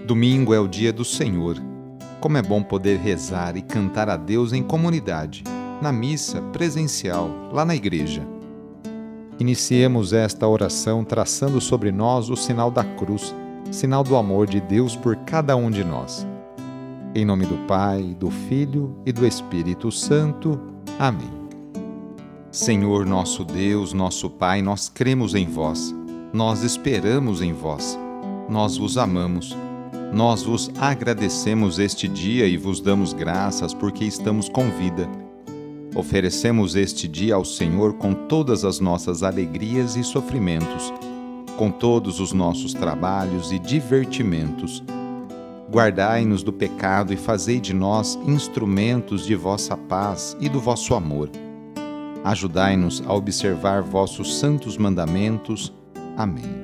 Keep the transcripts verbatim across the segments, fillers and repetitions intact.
Domingo é o dia do Senhor. Como é bom poder rezar e cantar a Deus em comunidade, na missa presencial, lá na igreja. Iniciemos esta oração traçando sobre nós o sinal da cruz, sinal do amor de Deus por cada um de nós. Em nome do Pai, do Filho e do Espírito Santo. Amém. Senhor nosso Deus, nosso Pai, nós cremos em vós, nós esperamos em vós, nós vos amamos. Nós vos agradecemos este dia e vos damos graças porque estamos com vida. Oferecemos este dia ao Senhor com todas as nossas alegrias e sofrimentos, com todos os nossos trabalhos e divertimentos. Guardai-nos do pecado e fazei de nós instrumentos de vossa paz e do vosso amor. Ajudai-nos a observar vossos santos mandamentos. Amém.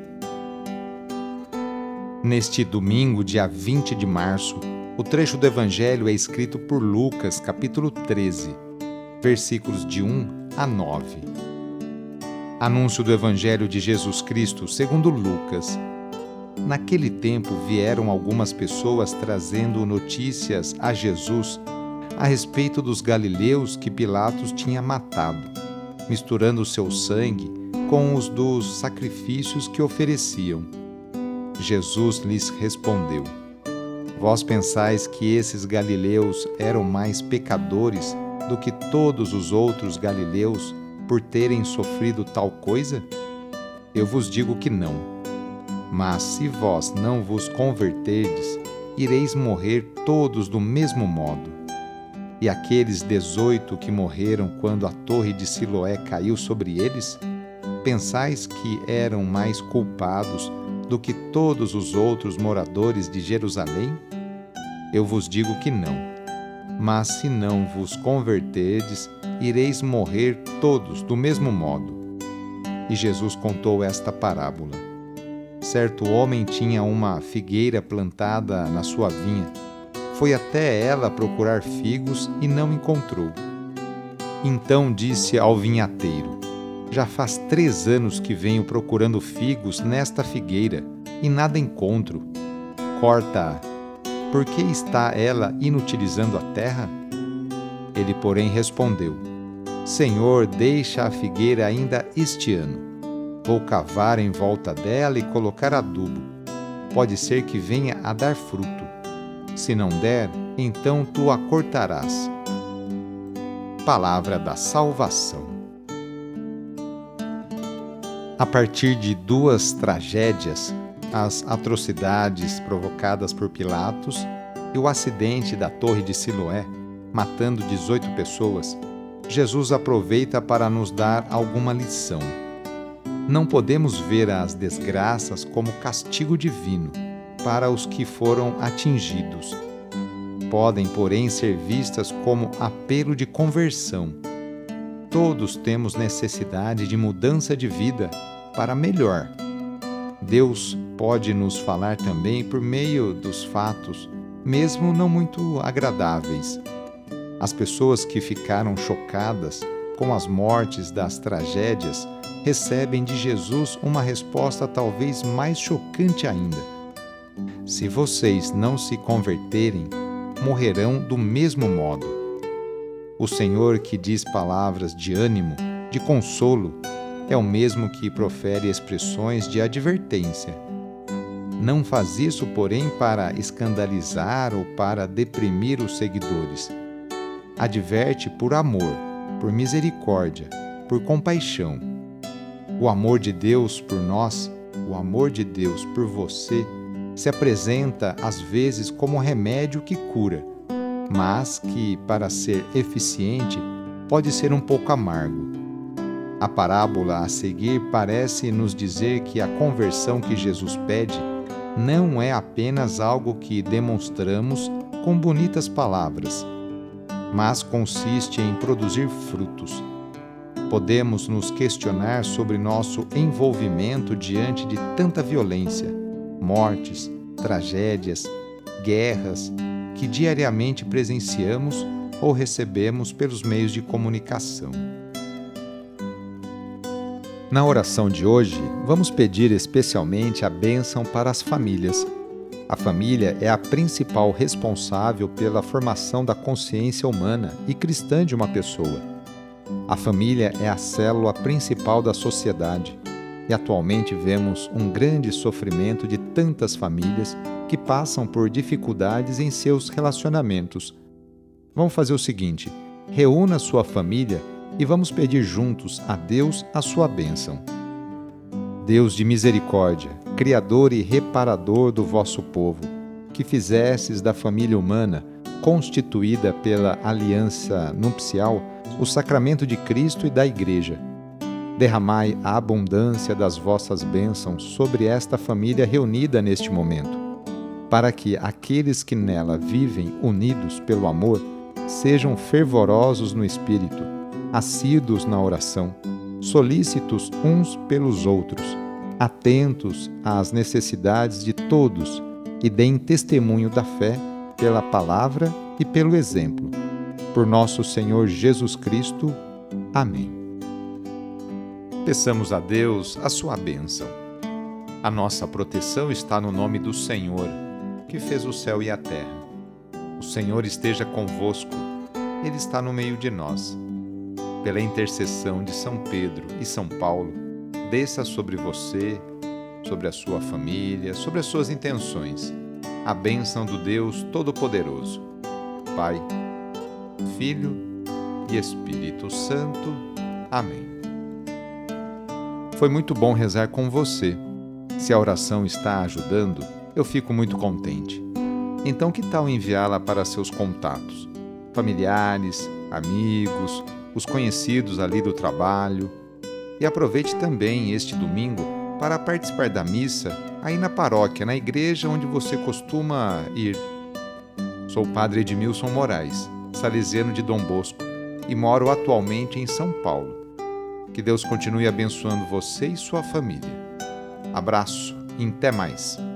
Neste domingo, dia vinte de março, o trecho do Evangelho é escrito por Lucas, capítulo treze, versículos de um a nove. Anúncio do Evangelho de Jesus Cristo segundo Lucas. Naquele tempo vieram algumas pessoas trazendo notícias a Jesus a respeito dos galileus que Pilatos tinha matado, misturando seu sangue com os dos sacrifícios que ofereciam. Jesus lhes respondeu: Vós pensais que esses galileus eram mais pecadores do que todos os outros galileus por terem sofrido tal coisa? Eu vos digo que não. Mas se vós não vos converterdes, ireis morrer todos do mesmo modo. E aqueles dezoito que morreram quando a torre de Siloé caiu sobre eles, pensais que eram mais culpados do que todos os outros moradores de Jerusalém? Eu vos digo que não. Mas se não vos converterdes, ireis morrer todos do mesmo modo. E Jesus contou esta parábola. Certo homem tinha uma figueira plantada na sua vinha. Foi até ela procurar figos e não encontrou. Então disse ao vinhateiro: Já faz três anos que venho procurando figos nesta figueira e nada encontro. Corta-a. Por que está ela inutilizando a terra? Ele, porém, respondeu: Senhor, deixa a figueira ainda este ano. Vou cavar em volta dela e colocar adubo. Pode ser que venha a dar fruto. Se não der, então tu a cortarás. Palavra da salvação. A partir de duas tragédias, as atrocidades provocadas por Pilatos e o acidente da Torre de Siloé, matando dezoito pessoas, Jesus aproveita para nos dar alguma lição. Não podemos ver as desgraças como castigo divino para os que foram atingidos. Podem, porém, ser vistas como apelo de conversão. Todos temos necessidade de mudança de vida para melhor. Deus pode nos falar também por meio dos fatos, mesmo não muito agradáveis. As pessoas que ficaram chocadas com as mortes das tragédias recebem de Jesus uma resposta talvez mais chocante ainda. Se vocês não se converterem, morrerão do mesmo modo. O Senhor que diz palavras de ânimo, de consolo, é o mesmo que profere expressões de advertência. Não faz isso, porém, para escandalizar ou para deprimir os seguidores. Adverte por amor, por misericórdia, por compaixão. O amor de Deus por nós, o amor de Deus por você, se apresenta às vezes como remédio que cura, mas que, para ser eficiente, pode ser um pouco amargo. A parábola a seguir parece nos dizer que a conversão que Jesus pede não é apenas algo que demonstramos com bonitas palavras, mas consiste em produzir frutos. Podemos nos questionar sobre nosso envolvimento diante de tanta violência, mortes, tragédias, guerras que diariamente presenciamos ou recebemos pelos meios de comunicação. Na oração de hoje, vamos pedir especialmente a bênção para as famílias, A família é a principal responsável pela formação da consciência humana e cristã de uma pessoa. A família é a célula principal da sociedade e atualmente vemos um grande sofrimento de tantas famílias que passam por dificuldades em seus relacionamentos. Vamos fazer o seguinte: reúna sua família e vamos pedir juntos a Deus a sua bênção. Deus de misericórdia, Criador e Reparador do vosso povo, que fizestes da família humana, constituída pela aliança nupcial, o sacramento de Cristo e da Igreja, derramai a abundância das vossas bênçãos sobre esta família reunida neste momento, para que aqueles que nela vivem unidos pelo amor sejam fervorosos no espírito, assíduos na oração, solícitos uns pelos outros, atentos às necessidades de todos e deem testemunho da fé pela palavra e pelo exemplo. Por nosso Senhor Jesus Cristo. Amém. Peçamos a Deus a sua bênção. A nossa proteção está no nome do Senhor, que fez o céu e a terra. O Senhor esteja convosco, Ele está no meio de nós. Pela intercessão de São Pedro e São Paulo, desça sobre você, sobre a sua família, sobre as suas intenções, a bênção do Deus Todo-Poderoso, Pai, Filho e Espírito Santo. Amém. Foi muito bom rezar com você. Se a oração está ajudando, eu fico muito contente. Então, que tal enviá-la para seus contatos, familiares, amigos, os conhecidos ali do trabalho? E aproveite também este domingo para participar da missa aí na paróquia, na igreja onde você costuma ir. Sou o padre Edmilson Moraes, salesiano de Dom Bosco, e moro atualmente em São Paulo. Que Deus continue abençoando você e sua família. Abraço e até mais.